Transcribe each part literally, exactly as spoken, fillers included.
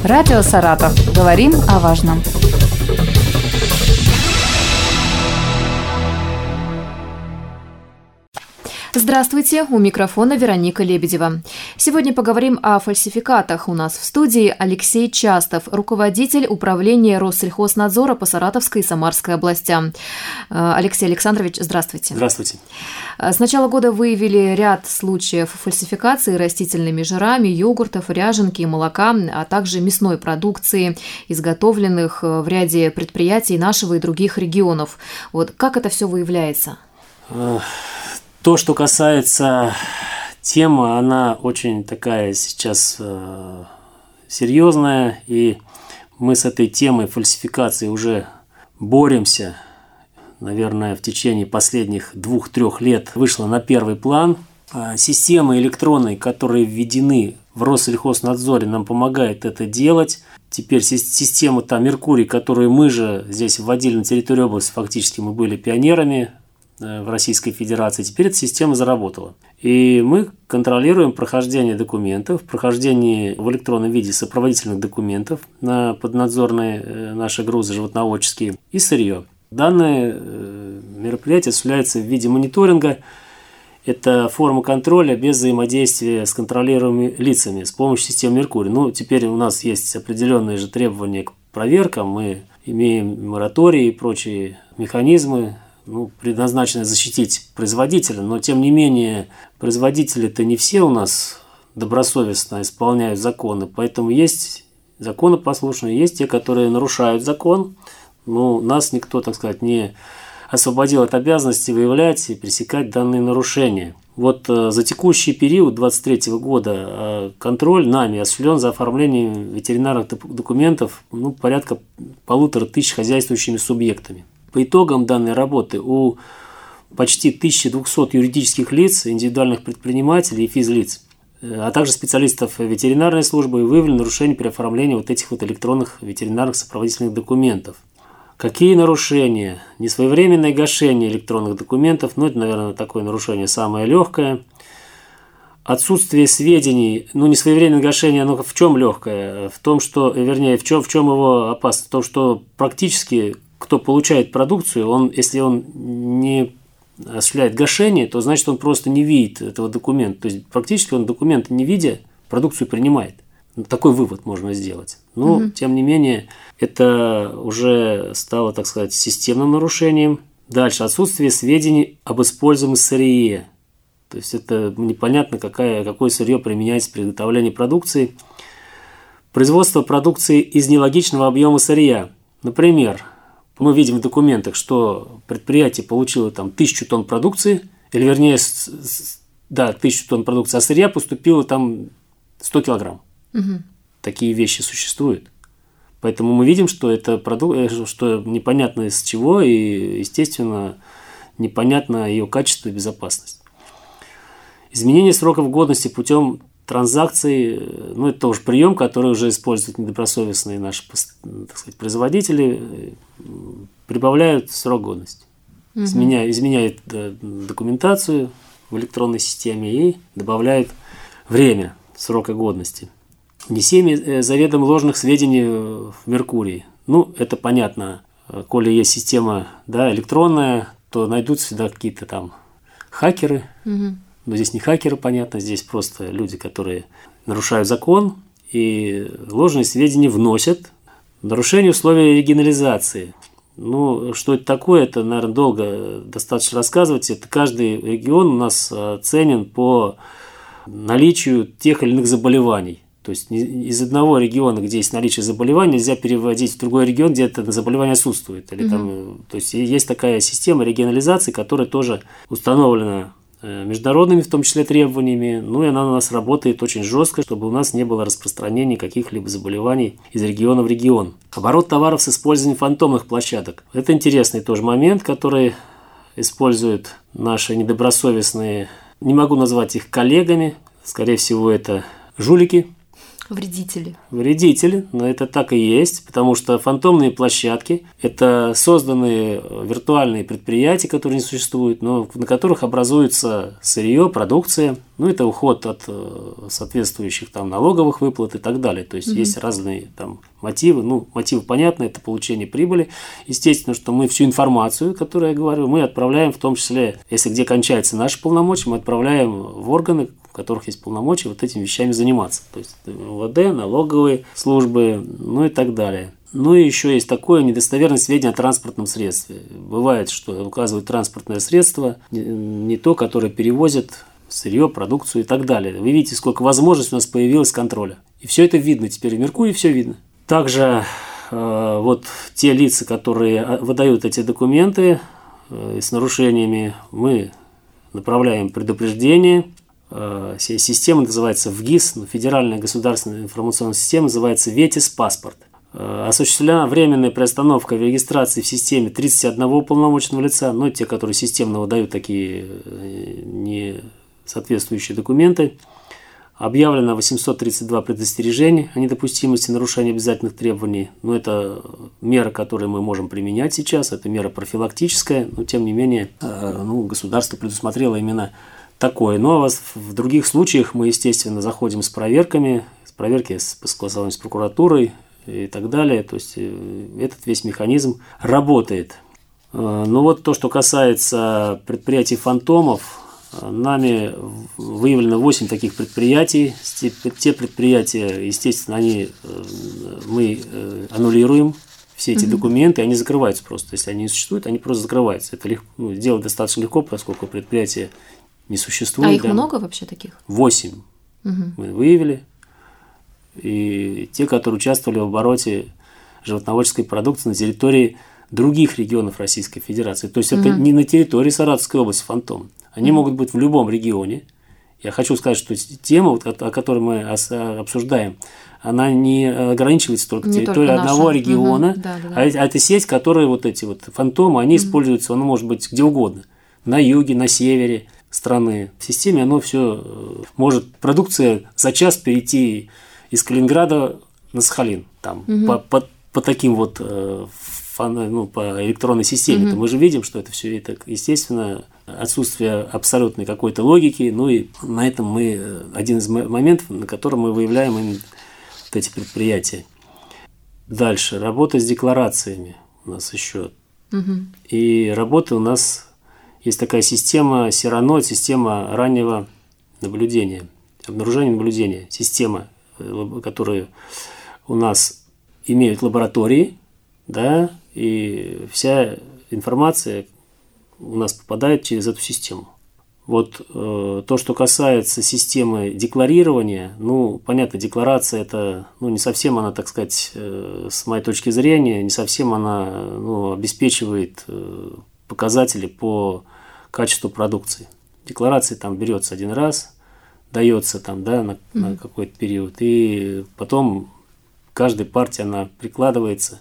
Радио «Саратов». Говорим о важном. Здравствуйте, у микрофона Вероника Лебедева. Сегодня поговорим о фальсификатах. У нас в студии Алексей Частов, руководитель управления Россельхознадзора по Саратовской и Самарской областям. Алексей Александрович, здравствуйте. Здравствуйте. С начала года выявили ряд случаев фальсификации растительными жирами, йогуртов, ряженки и молока, а также мясной продукции, изготовленных в ряде предприятий нашего и других регионов. Вот как это все выявляется? То, что касается темы, она очень такая сейчас э, серьезная, и мы с этой темой фальсификации уже боремся. Наверное, в течение последних двух-трех лет вышла на первый план. Системы электронные, которые введены в Россельхознадзоре, нам помогают это делать. Теперь система там Меркурий, которую мы же здесь вводили на территории области, фактически мы были пионерами в Российской Федерации, теперь эта система заработала. И мы контролируем прохождение документов, прохождение в электронном виде сопроводительных документов на поднадзорные наши грузы животноводческие и сырье. Данное мероприятие осуществляется в виде мониторинга. Это форма контроля без взаимодействия с контролируемыми лицами с помощью системы Меркурий. Ну, теперь у нас есть определенные же требования к проверкам. Мы имеем моратории и прочие механизмы, ну, предназначены защитить производителя, но тем не менее производители-то не все у нас добросовестно исполняют законы, поэтому есть законопослушные, есть те, которые нарушают закон, но нас никто, так сказать, не освободил от обязанности выявлять и пресекать данные нарушения. Вот э, за текущий период две тысячи двадцать третьего года э, контроль нами осуществлен за оформлением ветеринарных документов ну, порядка полутора тысяч хозяйствующими субъектами. По итогам данной работы у почти тысяча двести юридических лиц, индивидуальных предпринимателей и физлиц, а также специалистов ветеринарной службы выявлено нарушения при оформлении вот этих вот электронных ветеринарных сопроводительных документов. Какие нарушения? Несвоевременное гашение электронных документов, ну это, наверное, такое нарушение самое легкое. Отсутствие сведений, ну несвоевременное гашение, оно в чем легкое? В том, что, вернее, в чем, в чем его опасность? В том, что практически кто получает продукцию, он, если он не осуществляет гашение, то значит он просто не видит этого документа. То есть практически он документ не видя, продукцию принимает. Такой вывод можно сделать. Но, угу. тем не менее, это уже стало, так сказать, системным нарушением. Дальше. Отсутствие сведений об используемом сырье. То есть это непонятно, какая, какое сырье применяется при изготовлении продукции. Производство продукции из нелогичного объема сырья. Например, мы видим в документах, что предприятие получило там тысячу тонн продукции, или вернее, с, с, да, тысячу тонн продукции, а сырья поступило там сто килограмм. Угу. Такие вещи существуют. Поэтому мы видим, что это продукт, что непонятно из чего, и, естественно, непонятно ее качество и безопасность. Изменение сроков годности путем транзакций, ну, это тоже прием, который уже используют недобросовестные наши, так сказать, производители, прибавляют срок годности. Угу. Изменяют, изменяют документацию в электронной системе и добавляют время срока годности. Внесение заведомо ложных сведений в Меркурий. Ну, это понятно. Коли есть система, да, электронная, то найдутся всегда какие-то там хакеры. Угу. Но здесь не хакеры, понятно, здесь просто люди, которые нарушают закон и ложные сведения вносят. Нарушение условий регионализации. Ну, что это такое, это, наверное, долго достаточно рассказывать. Это каждый регион у нас оценен по наличию тех или иных заболеваний. То есть из одного региона, где есть наличие заболеваний, нельзя переводить в другой регион, где это заболевание отсутствует. Или, mm-hmm. там, то есть есть такая система регионализации, которая тоже установлена международными, в том числе, требованиями. Ну и она у нас работает очень жестко, чтобы у нас не было распространения каких-либо заболеваний из региона в регион. Оборот товаров с использованием фантомных площадок. Это интересный тоже момент, который используют наши недобросовестные, не могу назвать их коллегами, скорее всего, это жулики. Вредители. Вредители, но это так и есть, потому что фантомные площадки – это созданные виртуальные предприятия, которые не существуют, но на которых образуется сырье, продукция, ну, это уход от соответствующих там налоговых выплат и так далее. То есть, mm-hmm. есть разные там мотивы. Ну, мотивы понятны, это получение прибыли. Естественно, что мы всю информацию, которую я говорю, мы отправляем, в том числе, если где кончаются наши полномочия, мы отправляем в органы, у которых есть полномочия вот этими вещами заниматься. То есть МВД, налоговые службы, ну и так далее. Ну и еще есть такое недостоверное сведения о транспортном средстве. Бывает, что указывают транспортное средство, не то, которое перевозит сырье, продукцию и так далее. Вы видите, сколько возможностей у нас появилось контроля. И все это видно. Теперь в Меркурии все видно. Также э, вот те лица, которые выдают эти документы э, с нарушениями, мы направляем предупреждение. Э, система называется ВГИС, Федеральная государственная информационная система, называется ВЕТИС паспорт. Э, осуществлена временная приостановка регистрации в системе тридцати одного уполномоченного лица, но те, которые системно выдают такие э, не соответствующие документы. Объявлено восемьсот тридцать два предостережения о недопустимости нарушения обязательных требований. Но это мера, которую мы можем применять сейчас, это мера профилактическая, но тем не менее ну, государство предусмотрело именно такое. Но в других случаях мы, естественно, заходим с проверками, с проверки с согласованием с прокуратурой и так далее. То есть этот весь механизм работает. Но вот то, что касается предприятий фантомов, нами выявлено восемь таких предприятий. Те предприятия, естественно, они, мы аннулируем все эти mm-hmm. документы, они закрываются просто. Если они не существуют, они просто закрываются. Это легко, ну, делать достаточно легко, поскольку предприятия не существует. А их да. много вообще таких? Восемь mm-hmm. мы выявили. И те, которые участвовали в обороте животноводческой продукции на территории других регионов Российской Федерации. То есть mm-hmm. это не на территории Саратовской области фантом. Они mm-hmm. могут быть в любом регионе. Я хочу сказать, что тема, о которой мы обсуждаем, она не ограничивается только не территорией только одного наша. региона, mm-hmm. да, да, да. А, а это сеть, которые вот эти вот фантомы, они mm-hmm. используются, оно может быть где угодно. На юге, на севере страны. В системе оно все может, продукция за час перейти из Калининграда на Сахалин. Там, mm-hmm. по, по, по таким вот ну, по электронной системе, mm-hmm. то мы же видим, что это все это, естественно, отсутствие абсолютной какой-то логики, ну и на этом мы, один из моментов, на котором мы выявляем именно вот эти предприятия. Дальше, работа с декларациями у нас еще. Mm-hmm. И работа у нас, есть такая система Сирано, система раннего наблюдения, обнаружения наблюдения, система, которая у нас имеют лаборатории, да, и вся информация у нас попадает через эту систему. Вот э, то, что касается системы декларирования, ну, понятно, декларация это, ну, не совсем она, так сказать, э, с моей точки зрения, не совсем она, ну, обеспечивает э, показатели по качеству продукции. Декларация там берется один раз, дается там, да, на, mm-hmm. на какой-то период, и потом каждая партия, она прикладывается.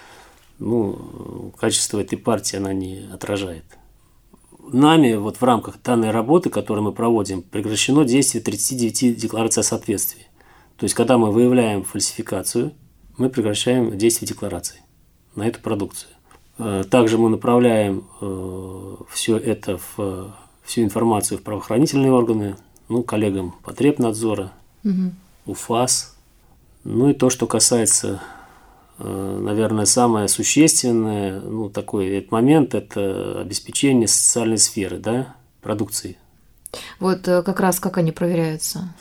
Ну, качество этой партии она не отражает. Нами вот в рамках данной работы, которую мы проводим, прекращено действие тридцати девяти деклараций о соответствии. То есть, когда мы выявляем фальсификацию, мы прекращаем действие деклараций на эту продукцию. Также мы направляем все это, в, всю информацию в правоохранительные органы, ну, коллегам Потребнадзора, угу. УФАС. Ну и то, что касается... Наверное, самое существенное, ну, такой этот момент – это обеспечение социальной сферы, да, продукции. Вот как раз как они проверяются?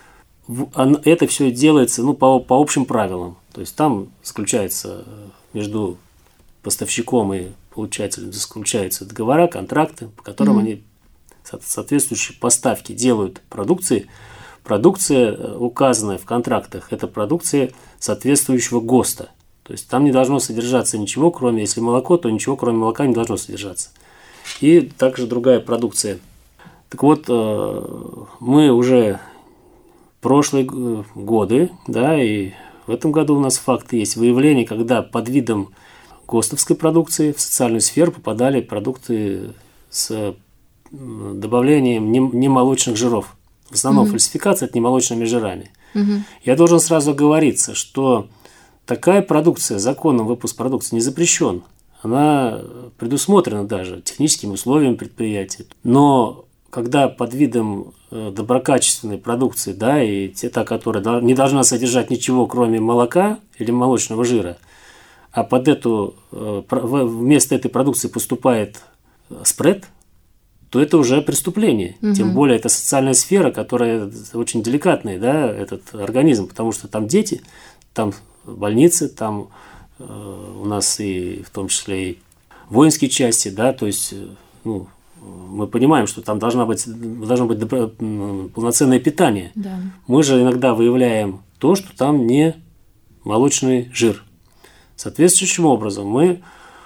Это все делается, ну, по, по общим правилам. То есть там заключается между поставщиком и получателем заключаются договора, контракты, по которым mm-hmm. они соответствующие поставки делают продукции. Продукция, указанная в контрактах, это продукция соответствующего ГОСТа. То есть там не должно содержаться ничего, кроме, если молоко, то ничего, кроме молока, не должно содержаться. И также другая продукция. Так вот, мы уже прошлые годы, да, и в этом году у нас факты есть выявление, когда под видом ГОСТовской продукции в социальную сферу попадали продукты с добавлением немолочных жиров. В основном mm-hmm. фальсификация – это немолочными жирами. Угу. Я должен сразу оговориться, что такая продукция, законом выпуск продукции не запрещен. Она предусмотрена даже техническими условиями предприятия. Но когда под видом доброкачественной продукции, да, и те, та, которая не должна содержать ничего, кроме молока или молочного жира, а под эту, вместо этой продукции поступает спред, то это уже преступление. Угу. Тем более это социальная сфера, которая очень деликатная, да, этот организм, потому что там дети, там больницы, там э, у нас и в том числе и воинские части, да, то есть, ну, мы понимаем, что там должна быть, должно быть полноценное питание. Да. Мы же иногда выявляем то, что там не молочный жир. Соответствующим образом мы,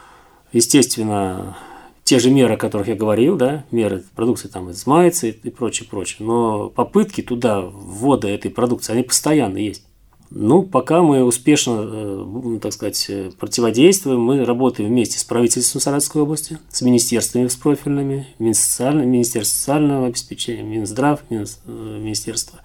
естественно, те же меры, о которых я говорил, да, меры продукции там изымаются и, и прочее, прочее, но попытки туда ввода этой продукции, они постоянно есть. Ну, пока мы успешно, так сказать, противодействуем, мы работаем вместе с правительством Саратовской области, с министерствами профильными, Министерство социального обеспечения, Минздрав, Министерство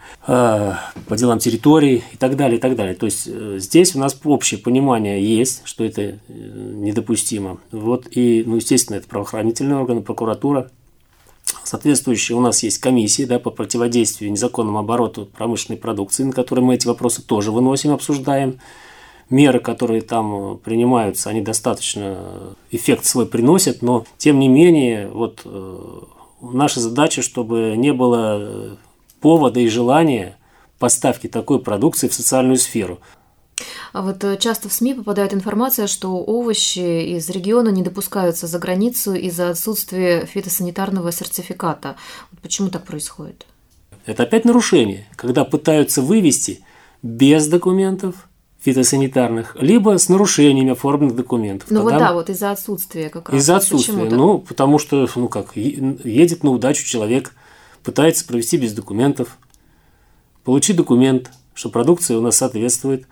по делам территорий и так далее, и так далее. То есть здесь у нас общее понимание есть, что это недопустимо. Вот, и, ну, естественно, это правоохранительные органы, прокуратура. Соответствующие у нас есть комиссии, да, по противодействию незаконному обороту промышленной продукции, на которые мы эти вопросы тоже выносим, обсуждаем. Меры, которые там принимаются, они достаточно эффект свой приносят, но тем не менее вот, э, наша задача, чтобы не было повода и желания поставки такой продукции в социальную сферу. А вот часто в СМИ попадает информация, что овощи из региона не допускаются за границу из-за отсутствия фитосанитарного сертификата. Вот почему так происходит? Это опять нарушение, когда пытаются вывести без документов фитосанитарных, либо с нарушениями оформленных документов. Ну Тогда... вот да, вот из-за отсутствия как раз. Из-за отсутствия. Ну, потому что, ну как, едет на удачу человек, пытается провести без документов, получить документ, что продукция у нас соответствует.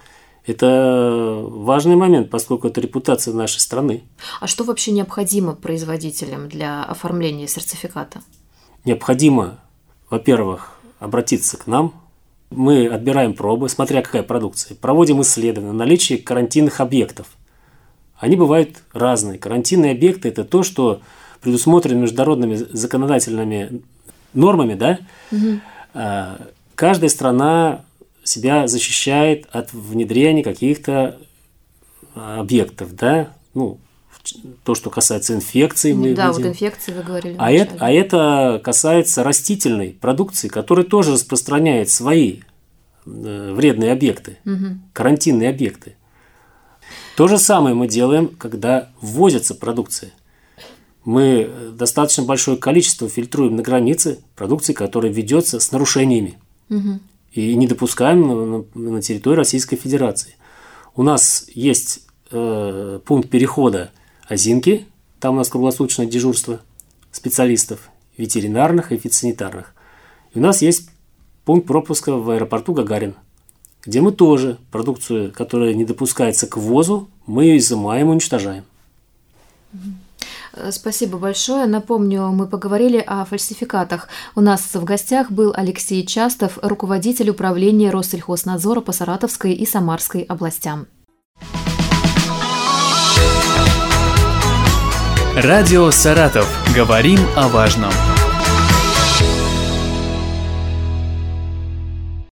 Это важный момент, поскольку это репутация нашей страны. А что вообще необходимо производителям для оформления сертификата? Необходимо, во-первых, обратиться к нам. Мы отбираем пробы, смотря какая продукция. Проводим исследования на наличие карантинных объектов. Они бывают разные. Карантинные объекты – это то, что предусмотрено международными законодательными нормами. Да? Угу. Каждая страна себя защищает от внедрения каких-то объектов, да, ну, то, что касается инфекций. Мы да, видим. Вот инфекции вы говорили. А это, а это касается растительной продукции, которая тоже распространяет свои э, вредные объекты, угу. карантинные объекты. То же самое мы делаем, когда ввозится продукция. Мы достаточно большое количество фильтруем на границе продукции, которая ведется с нарушениями. Угу. И не допускаем на, на, на территории Российской Федерации. У нас есть э, пункт перехода Озинки, там у нас круглосуточное дежурство специалистов ветеринарных и фитосанитарных. И у нас есть пункт пропуска в аэропорту Гагарин, где мы тоже продукцию, которая не допускается к ввозу, мы ее изымаем и уничтожаем. Спасибо большое. Напомню, мы поговорили о фальсификатах. У нас в гостях был Алексей Частов, руководитель управления Россельхознадзора по Саратовской и Самарской областям. Радио «Саратов». Говорим о важном.